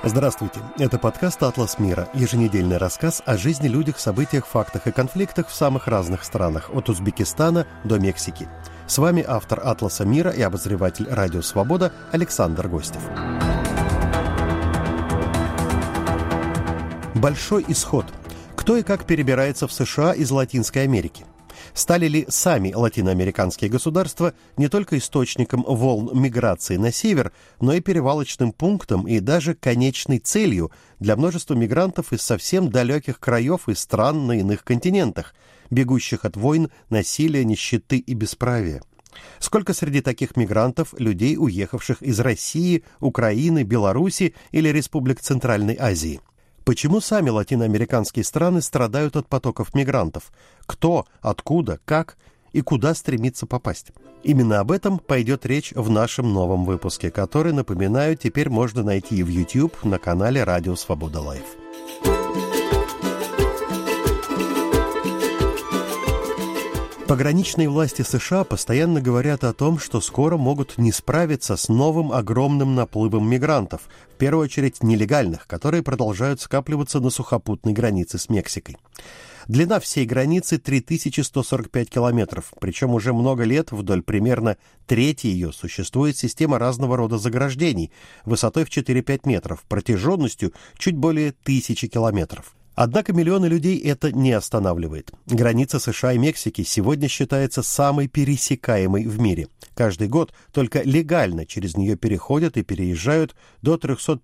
Здравствуйте, это подкаст «Атлас мира», еженедельный рассказ о жизни, людях, событиях, фактах и конфликтах в самых разных странах, от Узбекистана до Мексики. С вами автор «Атласа мира» и обозреватель «Радио Свобода» Александр Гостев. Большой исход. Кто и как перебирается в США из Латинской Америки? Стали ли сами латиноамериканские государства не только источником волн миграции на север, но и перевалочным пунктом и даже конечной целью для множества мигрантов из совсем далеких краев и стран на иных континентах, бегущих от войн, насилия, нищеты и бесправия? Сколько среди таких мигрантов людей, уехавших из России, Украины, Беларуси или республик Центральной Азии? Почему сами латиноамериканские страны страдают от потоков мигрантов? Кто, откуда, как и куда стремится попасть? Именно об этом пойдет речь в нашем новом выпуске, который, напоминаю, теперь можно найти и в YouTube на канале «Радио Свобода Лайв». Пограничные власти США постоянно говорят о том, что скоро могут не справиться с новым огромным наплывом мигрантов, в первую очередь нелегальных, которые продолжают скапливаться на сухопутной границе с Мексикой. Длина всей границы 3145 километров, причем уже много лет вдоль примерно трети ее существует система разного рода заграждений, высотой в 4-5 метров, протяженностью чуть более 1000 километров. Однако миллионы людей это не останавливает. Граница США и Мексики сегодня считается самой пересекаемой в мире. Каждый год только легально через нее переходят и переезжают до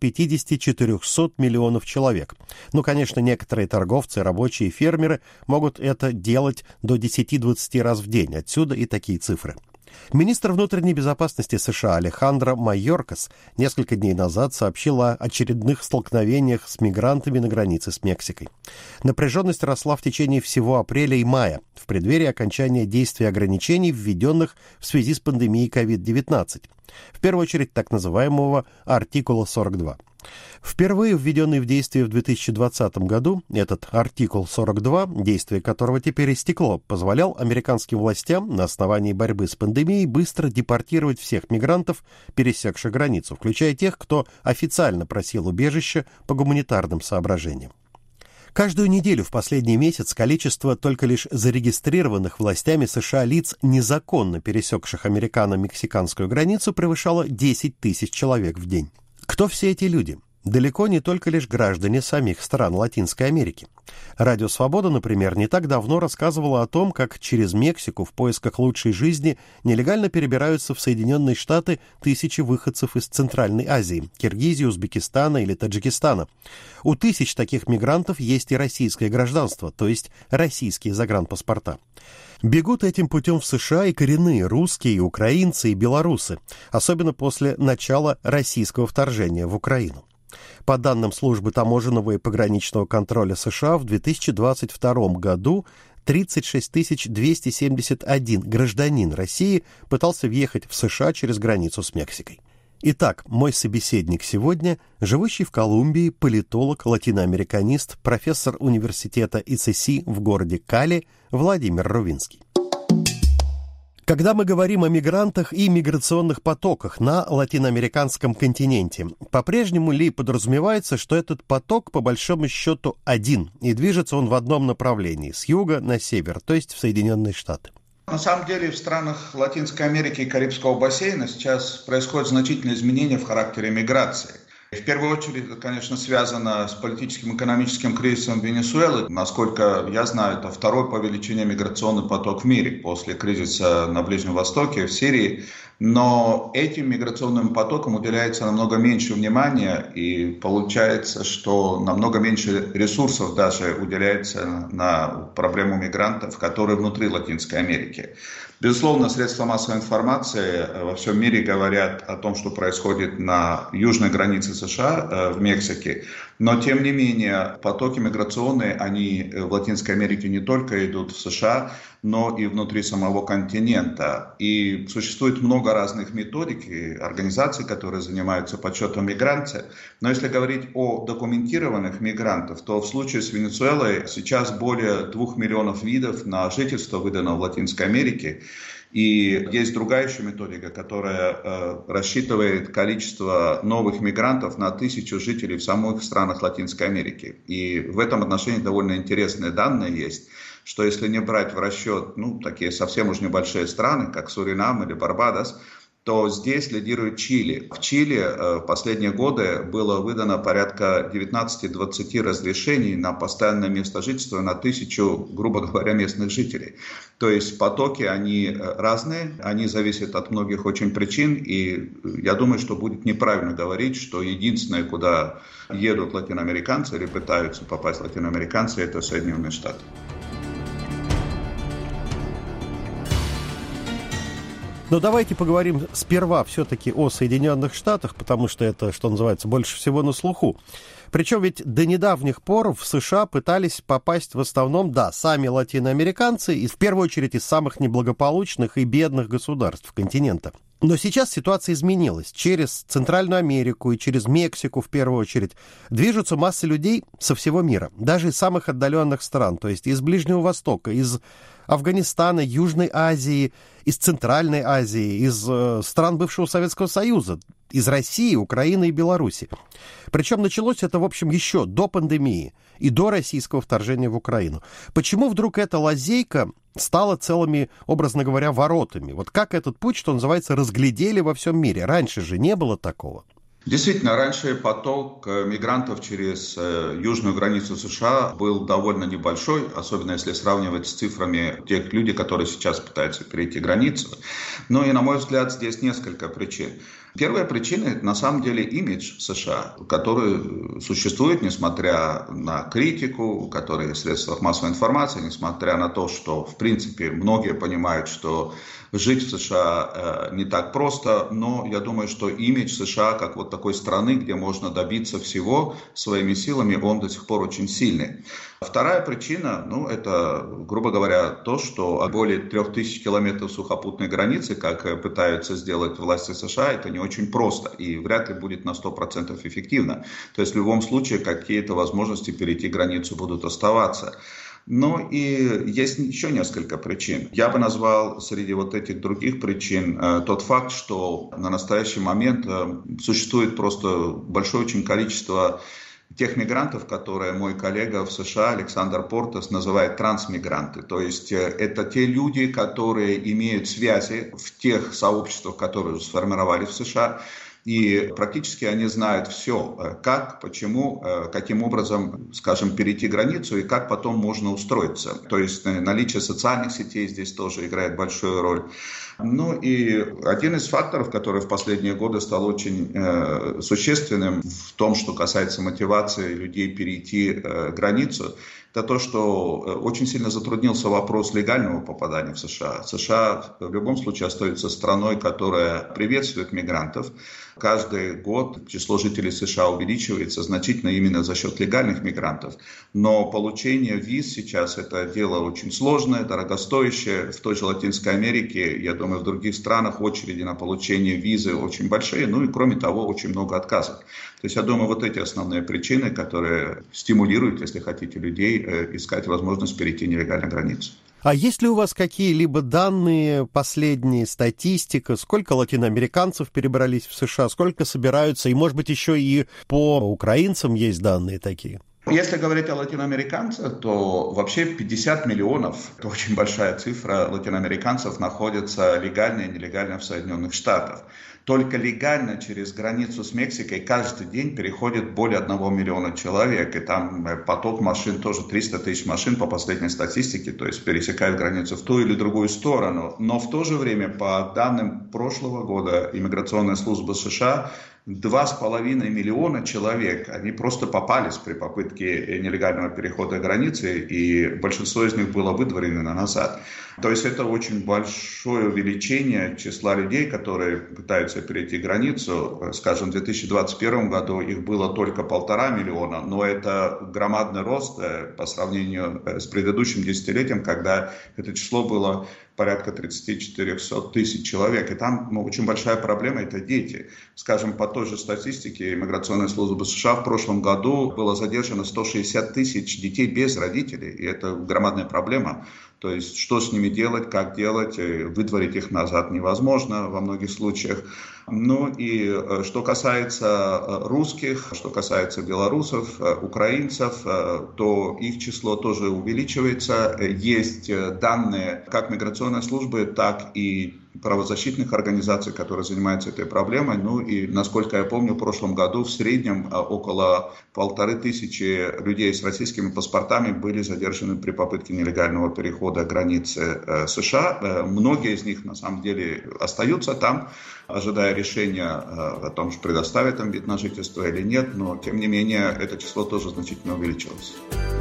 350-400 миллионов человек. Ну, конечно, некоторые торговцы, рабочие и фермеры могут это делать до 10-20 раз в день. Отсюда и такие цифры. Министр внутренней безопасности США Алехандро Майоркас несколько дней назад сообщил о очередных столкновениях с мигрантами на границе с Мексикой. Напряженность росла в течение всего апреля и мая, в преддверии окончания действия ограничений, введенных в связи с пандемией COVID-19. В первую очередь так называемого артикула 42. Впервые введенный в действие в 2020 году, этот артикул 42, действие которого теперь истекло, позволял американским властям на основании борьбы с пандемией быстро депортировать всех мигрантов, пересекших границу, включая тех, кто официально просил убежища по гуманитарным соображениям. Каждую неделю в последний месяц количество только лишь зарегистрированных властями США лиц, незаконно пересекших американо-мексиканскую границу, превышало 10 тысяч человек в день. Кто все эти люди? Далеко не только лишь граждане самих стран Латинской Америки. Радио «Свобода», например, не так давно рассказывало о том, как через Мексику в поисках лучшей жизни нелегально перебираются в Соединенные Штаты тысячи выходцев из Центральной Азии, Киргизии, Узбекистана или Таджикистана. У тысяч таких мигрантов есть и российское гражданство, то есть российские загранпаспорта. Бегут этим путем в США и коренные русские, и украинцы, и белорусы, особенно после начала российского вторжения в Украину. По данным службы таможенного и пограничного контроля США, в 2022 году 36 271 гражданин России пытался въехать в США через границу с Мексикой. Итак, мой собеседник сегодня – живущий в Колумбии политолог, латиноамериканист, профессор университета ИЦСИ в городе Кали Владимир Рувинский. Когда мы говорим о мигрантах и миграционных потоках на латиноамериканском континенте, по-прежнему ли подразумевается, что этот поток по большому счету один, и движется он в одном направлении, с юга на север, то есть в Соединенные Штаты? На самом деле в странах Латинской Америки и Карибского бассейна сейчас происходят значительные изменения в характере миграции. В первую очередь, это, конечно, связано с политическим и экономическим кризисом Венесуэлы. Насколько я знаю, это второй по величине миграционный поток в мире после кризиса на Ближнем Востоке, в Сирии. Но этим миграционным потокам уделяется намного меньше внимания, и получается, что намного меньше ресурсов даже уделяется на проблему мигрантов, которые внутри Латинской Америки. Безусловно, средства массовой информации во всем мире говорят о том, что происходит на южной границе США, в Мексике. Но, тем не менее, потоки миграционные, они в Латинской Америке не только идут в США, но и внутри самого континента. И существует много разных методик и организаций, которые занимаются подсчетом миграции. Но если говорить о документированных мигрантах, то в случае с Венесуэлой сейчас более 2 миллионов видов на жительство выдано в Латинской Америке. И есть другая еще методика, которая рассчитывает количество новых мигрантов на 1000 жителей в самых странах Латинской Америки. И в этом отношении довольно интересные данные есть, что если не брать в расчет такие совсем уж небольшие страны, как Суринам или Барбадос, то здесь лидирует Чили. В Чили в последние годы было выдано порядка 19-20 разрешений на постоянное место жительства на 1000, грубо говоря, местных жителей. То есть потоки, они разные, они зависят от многих очень причин, и я думаю, что будет неправильно говорить, что единственное, куда едут латиноамериканцы или пытаются попасть латиноамериканцы, это Соединенные Штаты. Но давайте поговорим сперва все-таки о Соединенных Штатах, потому что это, что называется, больше всего на слуху. Причем ведь до недавних пор в США пытались попасть в основном, сами латиноамериканцы, и в первую очередь из самых неблагополучных и бедных государств континента. Но сейчас ситуация изменилась. Через Центральную Америку и через Мексику, в первую очередь, движутся массы людей со всего мира, даже из самых отдаленных стран, то есть из Ближнего Востока, из Афганистана, Южной Азии, из Центральной Азии, из стран бывшего Советского Союза, из России, Украины и Беларуси. Причем началось это, в общем, еще до пандемии и до российского вторжения в Украину. Почему вдруг эта лазейка стала целыми, образно говоря, воротами? Вот как этот путь, что называется, разглядели во всем мире? Раньше же не было такого. Действительно, раньше поток мигрантов через южную границу США был довольно небольшой, особенно если сравнивать с цифрами тех людей, которые сейчас пытаются перейти границу. Но и, на мой взгляд, здесь несколько причин. Первая причина – это на самом деле имидж США, который существует, несмотря на критику, который в средствах массовой информации, несмотря на то, что, в принципе, многие понимают, что жить в США не так просто, но я думаю, что имидж США как вот такой страны, где можно добиться всего своими силами, он до сих пор очень сильный. Вторая причина, это, грубо говоря, то, что более 3000 километров сухопутной границы, как пытаются сделать власти США, это не очень просто и вряд ли будет на 100% эффективно. То есть в любом случае какие-то возможности перейти границу будут оставаться. Но и есть еще несколько причин. Я бы назвал среди вот этих других причин тот факт, что на настоящий момент существует просто большое очень количество тех мигрантов, которые мой коллега в США Александр Портас называет трансмигранты. То есть это те люди, которые имеют связи в тех сообществах, которые сформировались в США, и практически они знают все, как, почему, каким образом, скажем, перейти границу и как потом можно устроиться. То есть наличие социальных сетей здесь тоже играет большую роль. И один из факторов, который в последние годы стал очень существенным в том, что касается мотивации людей перейти границу, это то, что очень сильно затруднился вопрос легального попадания в США. США в любом случае остается страной, которая приветствует мигрантов. Каждый год число жителей США увеличивается значительно именно за счет легальных мигрантов. Но получение виз сейчас это дело очень сложное, дорогостоящее. В той же Латинской Америке, я думаю, в других странах очереди на получение визы очень большие. И кроме того, очень много отказов. То есть я думаю, вот эти основные причины, которые стимулируют, если хотите, людей искать возможность перейти нелегально границу. А есть ли у вас какие-либо данные, последние, статистика, сколько латиноамериканцев перебрались в США, сколько собираются, и, может быть, еще и по украинцам есть данные такие? Если говорить о латиноамериканцах, то вообще 50 миллионов, это очень большая цифра, латиноамериканцев находятся легально и нелегально в Соединенных Штатах. Только легально через границу с Мексикой каждый день переходит более 1 миллиона человек. И там поток машин, тоже 300 тысяч машин по последней статистике, то есть пересекают границу в ту или другую сторону. Но в то же время, по данным прошлого года, иммиграционная служба США 2,5 миллиона человек, они просто попались при попытке нелегального перехода границы, и большинство из них было выдворено назад. То есть это очень большое увеличение числа людей, которые пытаются перейти границу. Скажем, в 2021 году их было только 1,5 миллиона, но это громадный рост по сравнению с предыдущим десятилетием, когда это число было порядка 30-400 тысяч человек. И там очень большая проблема – это дети. Скажем, по той же статистике иммиграционной службы США в прошлом году было задержано 160 тысяч детей без родителей. И это громадная проблема. То есть, что с ними делать, как делать, выдворить их назад невозможно во многих случаях. Ну и что касается русских, что касается белорусов, украинцев, то их число тоже увеличивается. Есть данные как миграционной службы, так и правозащитных организаций, которые занимаются этой проблемой. Ну и, насколько я помню, в прошлом году в среднем около 1500 людей с российскими паспортами были задержаны при попытке нелегального перехода границы США. Многие из них, на самом деле, остаются там, ожидая решения о том, что предоставят им вид на жительство или нет, но, тем не менее, это число тоже значительно увеличилось.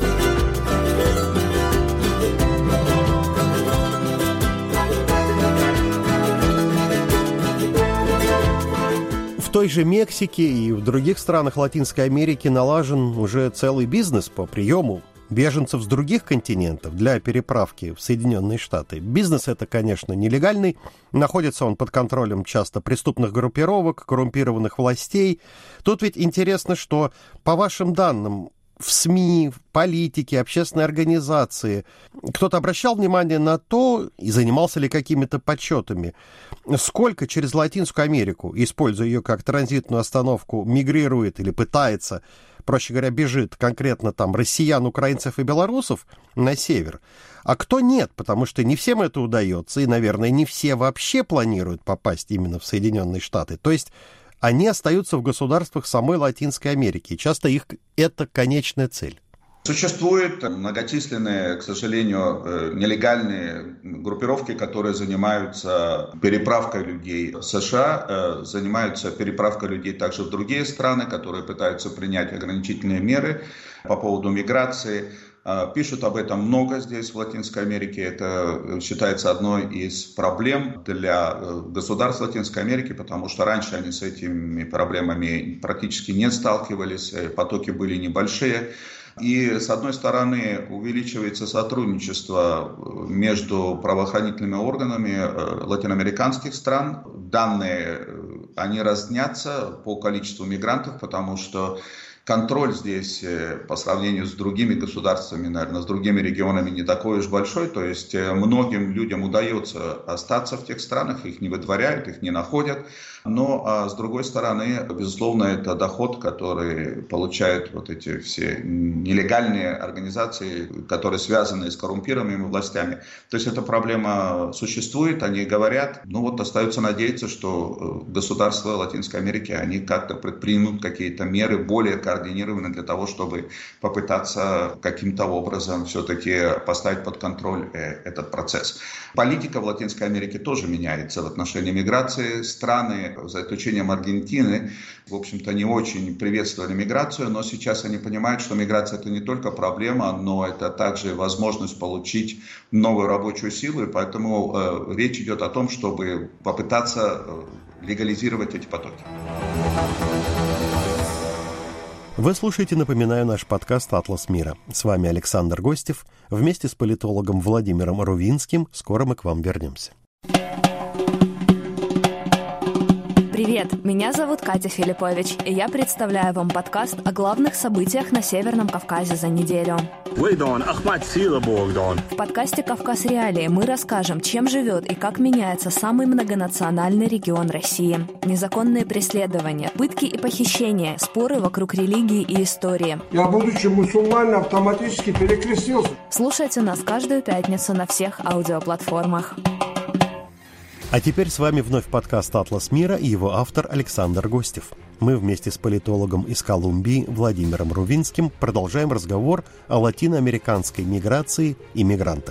В той же Мексике и в других странах Латинской Америки налажен уже целый бизнес по приему беженцев с других континентов для переправки в Соединенные Штаты. Бизнес это, конечно, нелегальный. Находится он под контролем часто преступных группировок, коррумпированных властей. Тут ведь интересно, что, по вашим данным, в СМИ, в политике, общественной организации кто-то обращал внимание на то, и занимался ли какими-то подсчетами, сколько через Латинскую Америку, используя ее как транзитную остановку, мигрирует или пытается, проще говоря, бежит конкретно там россиян, украинцев и белорусов на север, а кто нет, потому что не всем это удается, и, наверное, не все вообще планируют попасть именно в Соединенные Штаты. То есть они остаются в государствах самой Латинской Америки, и часто их это конечная цель. Существуют многочисленные, к сожалению, нелегальные группировки, которые занимаются переправкой людей в США, занимаются переправкой людей также в другие страны, которые пытаются принять ограничительные меры по поводу миграции. Пишут об этом много здесь, в Латинской Америке. Это считается одной из проблем для государств Латинской Америки, потому что раньше они с этими проблемами практически не сталкивались, потоки были небольшие. И, с одной стороны, увеличивается сотрудничество между правоохранительными органами латиноамериканских стран. Данные, они разнятся по количеству мигрантов, потому что контроль здесь по сравнению с другими государствами, наверное, с другими регионами не такой уж большой. То есть многим людям удается остаться в тех странах, их не выдворяют, их не находят. Но, с другой стороны, безусловно, это доход, который получают вот эти все нелегальные организации, которые связаны с коррумпированными властями. То есть эта проблема существует, они говорят. Ну вот остается надеяться, что государства Латинской Америки, они как-то предпримут какие-то меры более координированные для того, чтобы попытаться каким-то образом все-таки поставить под контроль этот процесс. Политика в Латинской Америке тоже меняется в отношении миграции. Страны, за исключением Аргентины, в общем-то, не очень приветствовали миграцию, но сейчас они понимают, что миграция – это не только проблема, но это также возможность получить новую рабочую силу, и поэтому речь идет о том, чтобы попытаться легализировать эти потоки. Вы слушаете, напоминаю, наш подкаст «Атлас мира». С вами Александр Гостев. Вместе с политологом Владимиром Рувинским скоро мы к вам вернемся. Привет, меня зовут Катя Филиппович, и я представляю вам подкаст о главных событиях на Северном Кавказе за неделю. В подкасте «Кавказ Реалии» мы расскажем, чем живет и как меняется самый многонациональный регион России. Незаконные преследования, пытки и похищения, споры вокруг религии и истории. Я, будучи мусульманином, автоматически перекрестился. Слушайте нас каждую пятницу на всех аудиоплатформах. А теперь с вами вновь подкаст «Атлас мира» и его автор Александр Гостев. Мы вместе с политологом из Колумбии Владимиром Рувинским продолжаем разговор о латиноамериканской миграции и мигрантах.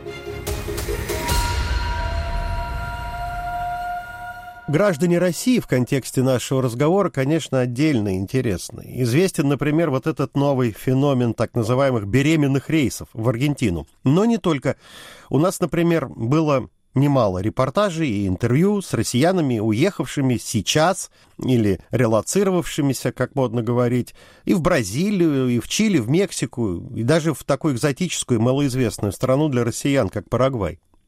Граждане России в контексте нашего разговора, конечно, отдельно интересны. Известен, например, вот этот новый феномен так называемых беременных рейсов в Аргентину. Но не только. У нас, например, было немало репортажей и интервью с россиянами, уехавшими сейчас или релоцировавшимися, как модно говорить, и в Бразилию, и в Чили, в Мексику, и даже в такую экзотическую, малоизвестную страну для россиян, как Парагвай.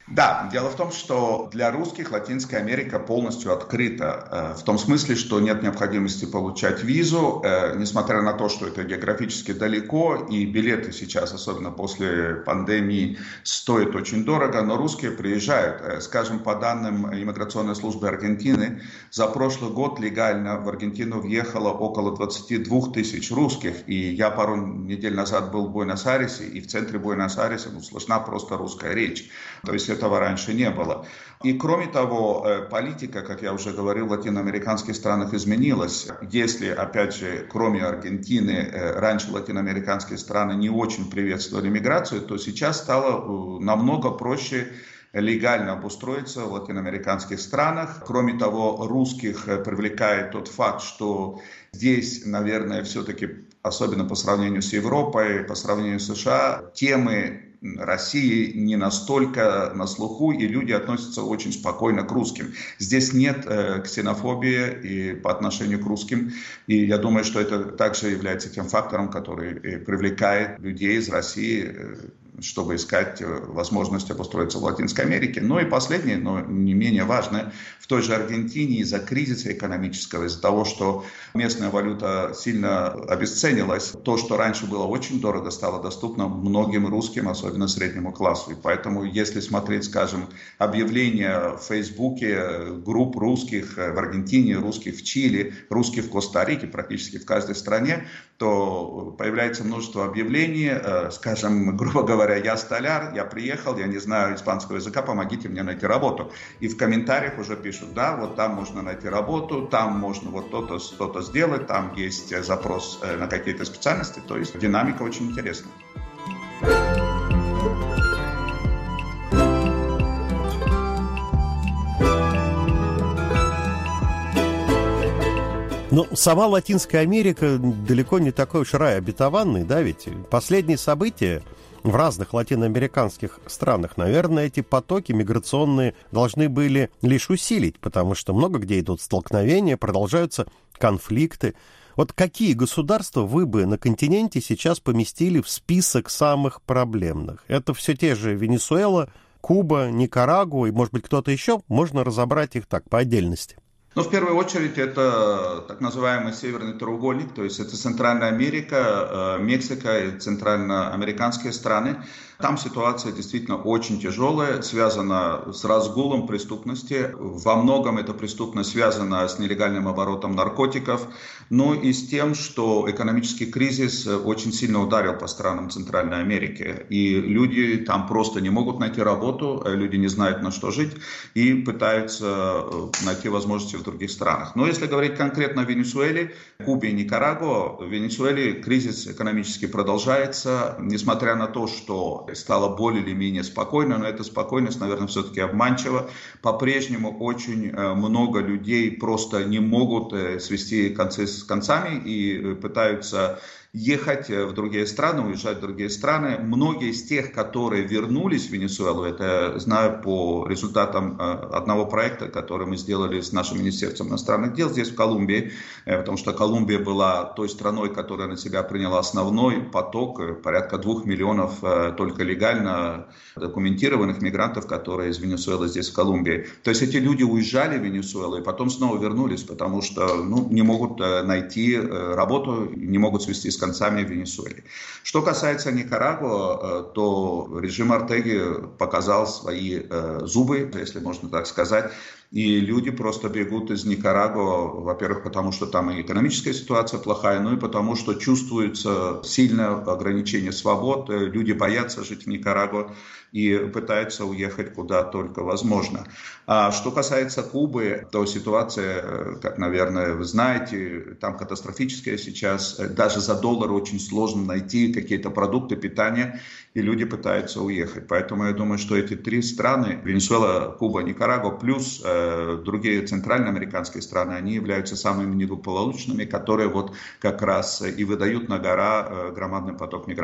Да, дело в том, что для русских Латинская Америка полностью открыта, в том смысле, что нет необходимости получать визу, несмотря на то, что это географически далеко, и билеты сейчас, особенно после пандемии, стоят очень дорого, но русские приезжают. Скажем, по данным иммиграционной службы Аргентины, за прошлый год легально в Аргентину въехало около 22 тысяч русских, и я пару недель назад был в Буэнос-Айресе, и в центре Буэнос-Айреса слышна просто русская речь. То есть этого раньше не было. И кроме того, политика, как я уже говорил, в латиноамериканских странах изменилась. Если, опять же, кроме Аргентины, раньше латиноамериканские страны не очень приветствовали миграцию, то сейчас стало намного проще легально обустроиться в латиноамериканских странах. Кроме того, русских привлекает тот факт, что здесь, наверное, все-таки, особенно по сравнению с Европой, по сравнению с США, темы России не настолько на слуху, и люди относятся очень спокойно к русским. Здесь нет ксенофобии и по отношению к русским, и я думаю, что это также является тем фактором, который привлекает людей из России, чтобы искать возможность обустроиться в Латинской Америке. Ну и последнее, но не менее важное, в той же Аргентине из-за кризиса экономического, из-за того, что местная валюта сильно обесценилась, то, что раньше было очень дорого, стало доступно многим русским, особенно среднему классу. И поэтому, если смотреть, скажем, объявления в Фейсбуке групп русских в Аргентине, русских в Чили, русских в Коста-Рике, практически в каждой стране, то появляется множество объявлений, скажем, грубо говоря, я столяр, я приехал, я не знаю испанского языка, помогите мне найти работу. И в комментариях уже пишут, да, вот там можно найти работу, там можно вот то-то, что-то сделать, там есть запрос на какие-то специальности, то есть динамика очень интересная. Но сама Латинская Америка далеко не такой уж рай обетованный, да, ведь последние события в разных латиноамериканских странах, наверное, эти потоки миграционные должны были лишь усилить, потому что много где идут столкновения, продолжаются конфликты. Вот какие государства вы бы на континенте сейчас поместили в список самых проблемных? Это все те же Венесуэла, Куба, Никарагуа и, может быть, кто-то еще? Можно разобрать их так, по отдельности. Ну, в первую очередь, это так называемый Северный треугольник, то есть это Центральная Америка, Мексика и центральноамериканские страны. Там ситуация действительно очень тяжелая, связана с разгулом преступности. Во многом эта преступность связана с нелегальным оборотом наркотиков, но и с тем, что экономический кризис очень сильно ударил по странам Центральной Америки. И люди там просто не могут найти работу, люди не знают, на что жить, и пытаются найти возможности в других странах. Но если говорить конкретно о Венесуэле, Кубе и Никарагуа, в Венесуэле кризис экономически продолжается, несмотря на то, что стало более или менее спокойно, но эта спокойность, наверное, все-таки обманчива. По-прежнему очень много людей просто не могут свести концы с концами и пытаются ехать в другие страны, уезжать в другие страны. Многие из тех, которые вернулись в Венесуэлу, это знаю по результатам одного проекта, который мы сделали с нашим Министерством иностранных дел здесь в Колумбии, потому что Колумбия была той страной, которая на себя приняла основной поток, порядка 2 миллионов только легально документированных мигрантов, которые из Венесуэлы здесь в Колумбии. То есть эти люди уезжали в Венесуэлу и потом снова вернулись, потому что не могут найти работу, не могут свести с концами в Венесуэле. Что касается Никарагуа, то режим Ортеги показал свои зубы, если можно так сказать. И люди просто бегут из Никарагуа, во-первых, потому что там и экономическая ситуация плохая, ну и потому что чувствуется сильное ограничение свобод. Люди боятся жить в Никарагуа и пытаются уехать куда только возможно. А что касается Кубы, то ситуация, как, наверное, вы знаете, там катастрофическая сейчас. Даже за $1 очень сложно найти какие-то продукты питания, и люди пытаются уехать. Поэтому я думаю, что эти 3 страны, Венесуэла, Куба, Никарагуа, плюс другие центральноамериканские страны, они являются самыми неблагополучными, которые вот как раз и выдают на гора громадный поток мигрантов.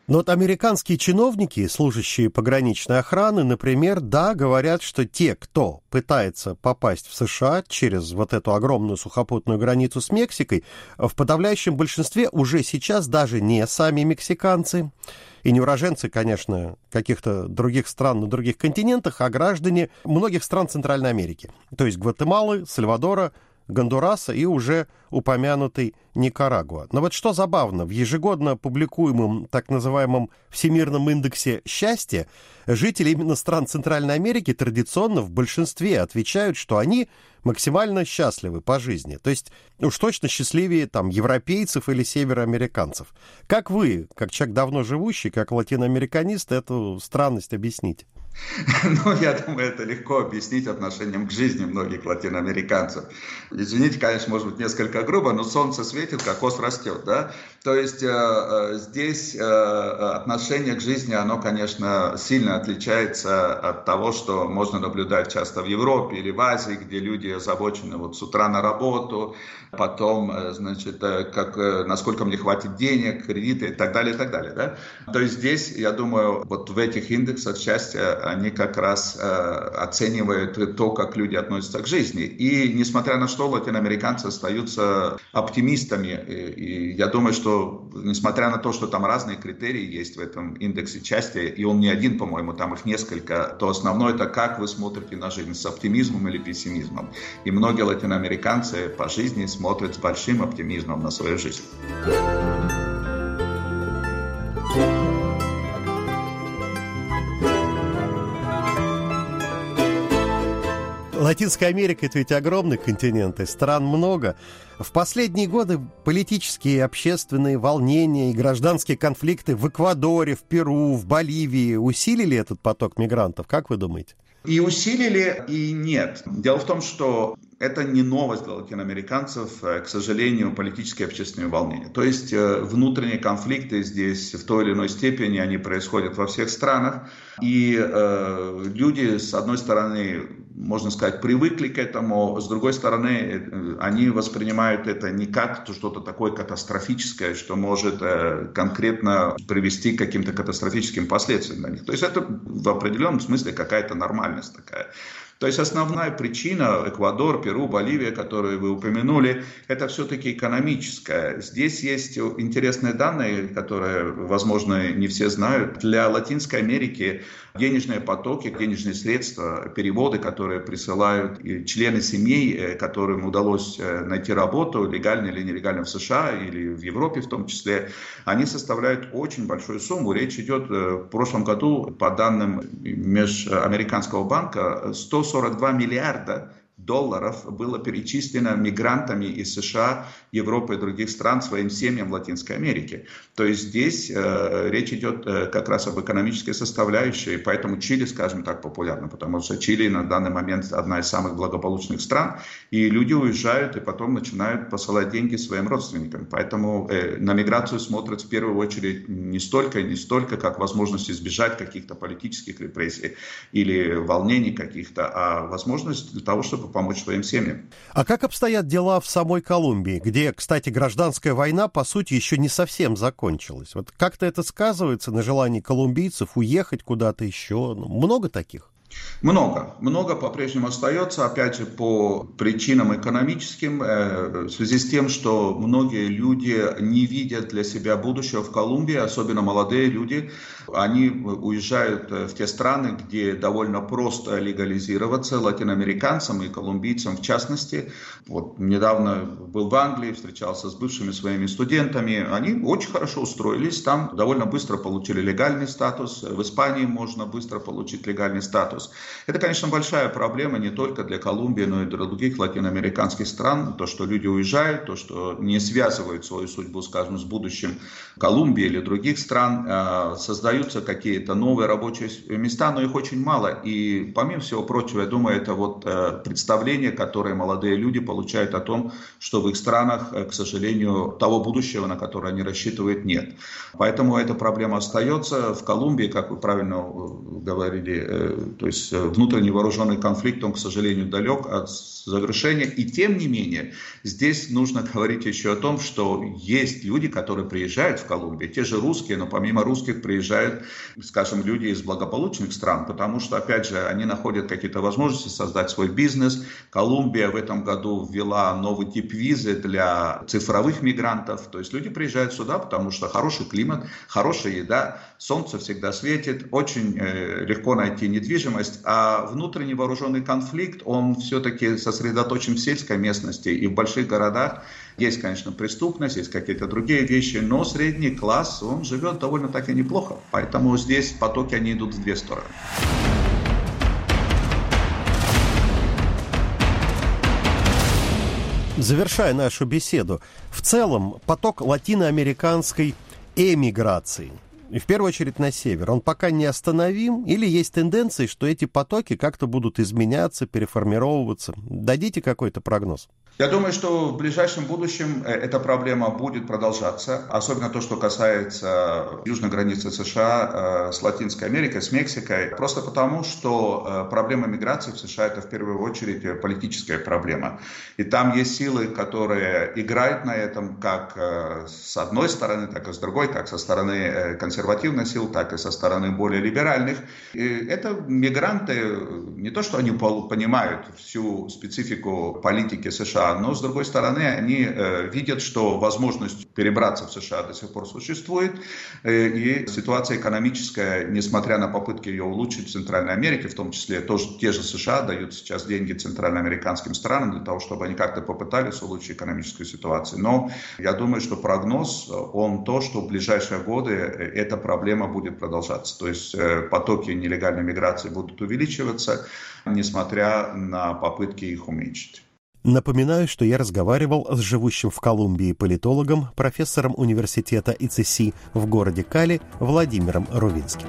Но вот американские чиновники, служащие пограничной охраны, например, да, говорят, что те, кто пытается попасть в США через вот эту огромную сухопутную границу с Мексикой, в подавляющем большинстве уже сейчас даже не сами мексиканцы, и не уроженцы, конечно, каких-то других стран на других континентах, а граждане многих стран Центральной Америки, то есть Гватемалы, Сальвадора, Гондураса и уже упомянутый Никарагуа. Но вот что забавно, в ежегодно публикуемом так называемом Всемирном индексе счастья жители именно стран Центральной Америки традиционно в большинстве отвечают, что они максимально счастливы по жизни. То есть уж точно счастливее там европейцев или североамериканцев. Как вы, как человек давно живущий, как латиноамериканист, эту странность объясните? Ну, я думаю, это легко объяснить отношением к жизни многих латиноамериканцев. Извините, конечно, может быть, несколько грубо, но солнце светит, кокос растет, да? То есть здесь отношение к жизни, оно, конечно, сильно отличается от того, что можно наблюдать часто в Европе или в Азии, где люди озабочены вот с утра на работу, потом, значит, насколько мне хватит денег, кредиты и так далее, да? То есть здесь, я думаю, вот в этих индексах счастья они как раз оценивают то, как люди относятся к жизни. И несмотря на что, латиноамериканцы остаются оптимистами. И я думаю, что несмотря на то, что там разные критерии есть в этом индексе счастья, и он не один, по-моему, там их несколько, то основное это как вы смотрите на жизнь, с оптимизмом или пессимизмом. И многие латиноамериканцы по жизни смотрят с большим оптимизмом на свою жизнь. Латинская Америка – это ведь огромный континент, и стран много. В последние годы политические и общественные волнения и гражданские конфликты в Эквадоре, в Перу, в Боливии усилили этот поток мигрантов, как вы думаете? И усилили, и нет. Дело в том, что это не новость для латиноамериканцев, к сожалению, политические и общественные волнения. То есть внутренние конфликты здесь в той или иной степени, они происходят во всех странах. И люди, с одной стороны, можно сказать, привыкли к этому, с другой стороны, они воспринимают это не как что-то такое катастрофическое, что может конкретно привести к каким-то катастрофическим последствиям для них. То есть это в определенном смысле какая-то нормальность такая. То есть основная причина Эквадор, Перу, Боливия, которые вы упомянули, это все-таки экономическая. Здесь есть интересные данные, которые, возможно, не все знают. Для Латинской Америки денежные потоки, денежные средства, переводы, которые присылают члены семей, которым удалось найти работу, легально или нелегально в США или в Европе в том числе, они составляют очень большую сумму. Речь идет в прошлом году, по данным Межамериканского банка, 142 миллиарда долларов было перечислено мигрантами из США, Европы и других стран своим семьям в Латинской Америке. То есть здесь речь идет как раз об экономической составляющей, поэтому Чили, скажем так, популярна, потому что Чили на данный момент одна из самых благополучных стран, и люди уезжают и потом начинают посылать деньги своим родственникам. Поэтому на миграцию смотрят в первую очередь не столько, как возможность избежать каких-то политических репрессий или волнений каких-то, а возможность для того, чтобы помочь своим семьям. А как обстоят дела в самой Колумбии, где, кстати, гражданская война, по сути, еще не совсем закончилась? Вот как-то это сказывается на желании колумбийцев уехать куда-то еще? Много таких? Много по-прежнему остается, опять же, по причинам экономическим, в связи с тем, что многие люди не видят для себя будущего в Колумбии, особенно молодые люди. Они уезжают в те страны, где довольно просто легализироваться латиноамериканцам и колумбийцам в частности. Вот недавно был в Англии, встречался с бывшими своими студентами. Они очень хорошо устроились, там довольно быстро получили легальный статус. В Испании можно быстро получить легальный статус. Это, конечно, большая проблема не только для Колумбии, но и для других латиноамериканских стран. То, что люди уезжают, то, что не связывают свою судьбу, скажем, с будущим Колумбии или других стран, создаются какие-то новые рабочие места, но их очень мало. И, помимо всего прочего, я думаю, это вот представление, которое молодые люди получают о том, что в их странах, к сожалению, того будущего, на которое они рассчитывают, нет. Поэтому эта проблема остается. В Колумбии, как вы правильно говорили, то есть есть внутренний вооруженный конфликт, он, к сожалению, далек от завершения. И тем не менее, здесь нужно говорить еще о том, что есть люди, которые приезжают в Колумбию, те же русские, но помимо русских приезжают, скажем, люди из благополучных стран, потому что, опять же, они находят какие-то возможности создать свой бизнес. Колумбия в этом году ввела новый тип визы для цифровых мигрантов. То есть люди приезжают сюда, потому что хороший климат, хорошая еда, солнце всегда светит, очень легко найти недвижимость, а внутренний вооруженный конфликт, он все-таки сосредоточен в сельской местности и в больших городах. Есть, конечно, преступность, есть какие-то другие вещи, но средний класс, он живет довольно-таки неплохо. Поэтому здесь потоки, они идут в две стороны. Завершая нашу беседу, в целом поток латиноамериканской эмиграции, и в первую очередь на север, он пока не остановим, или есть тенденции, что эти потоки как-то будут изменяться, переформировываться? Дадите какой-то прогноз? Я думаю, что в ближайшем будущем эта проблема будет продолжаться, особенно то, что касается южной границы США с Латинской Америкой, с Мексикой, просто потому, что проблема миграции в США – это в первую очередь политическая проблема. И там есть силы, которые играют на этом как с одной стороны, так и с другой, как со стороны консервативных сил, так и со стороны более либеральных. И это мигранты, не то, что они понимают всю специфику политики США, но, с другой стороны, они видят, что возможность перебраться в США до сих пор существует, и ситуация экономическая, несмотря на попытки ее улучшить в Центральной Америке, в том числе тоже те же США дают сейчас деньги центральноамериканским странам для того, чтобы они как-то попытались улучшить экономическую ситуацию. Но я думаю, что прогноз, он то, что в ближайшие годы эта проблема будет продолжаться. То есть потоки нелегальной миграции будут увеличиваться, несмотря на попытки их уменьшить. Напоминаю, что я разговаривал с живущим в Колумбии политологом, профессором университета ИЦСИ в городе Кали Владимиром Рувинским.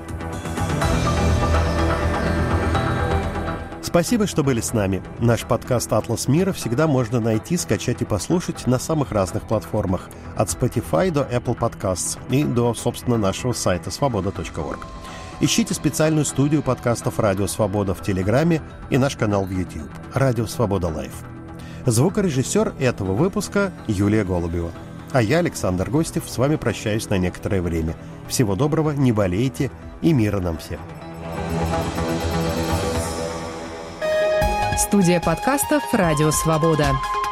Спасибо, что были с нами. Наш подкаст «Атлас мира» всегда можно найти, скачать и послушать на самых разных платформах. От Spotify до Apple Podcasts и до, собственно, нашего сайта svoboda.org. Ищите специальную студию подкастов «Радио Свобода» в Телеграме и наш канал в YouTube «Радио Свобода Лайв». Звукорежиссер этого выпуска Юлия Голубева. А я, Александр Гостев, с вами прощаюсь на некоторое время. Всего доброго, не болейте и мира нам всем. Студия подкастов «Радио Свобода».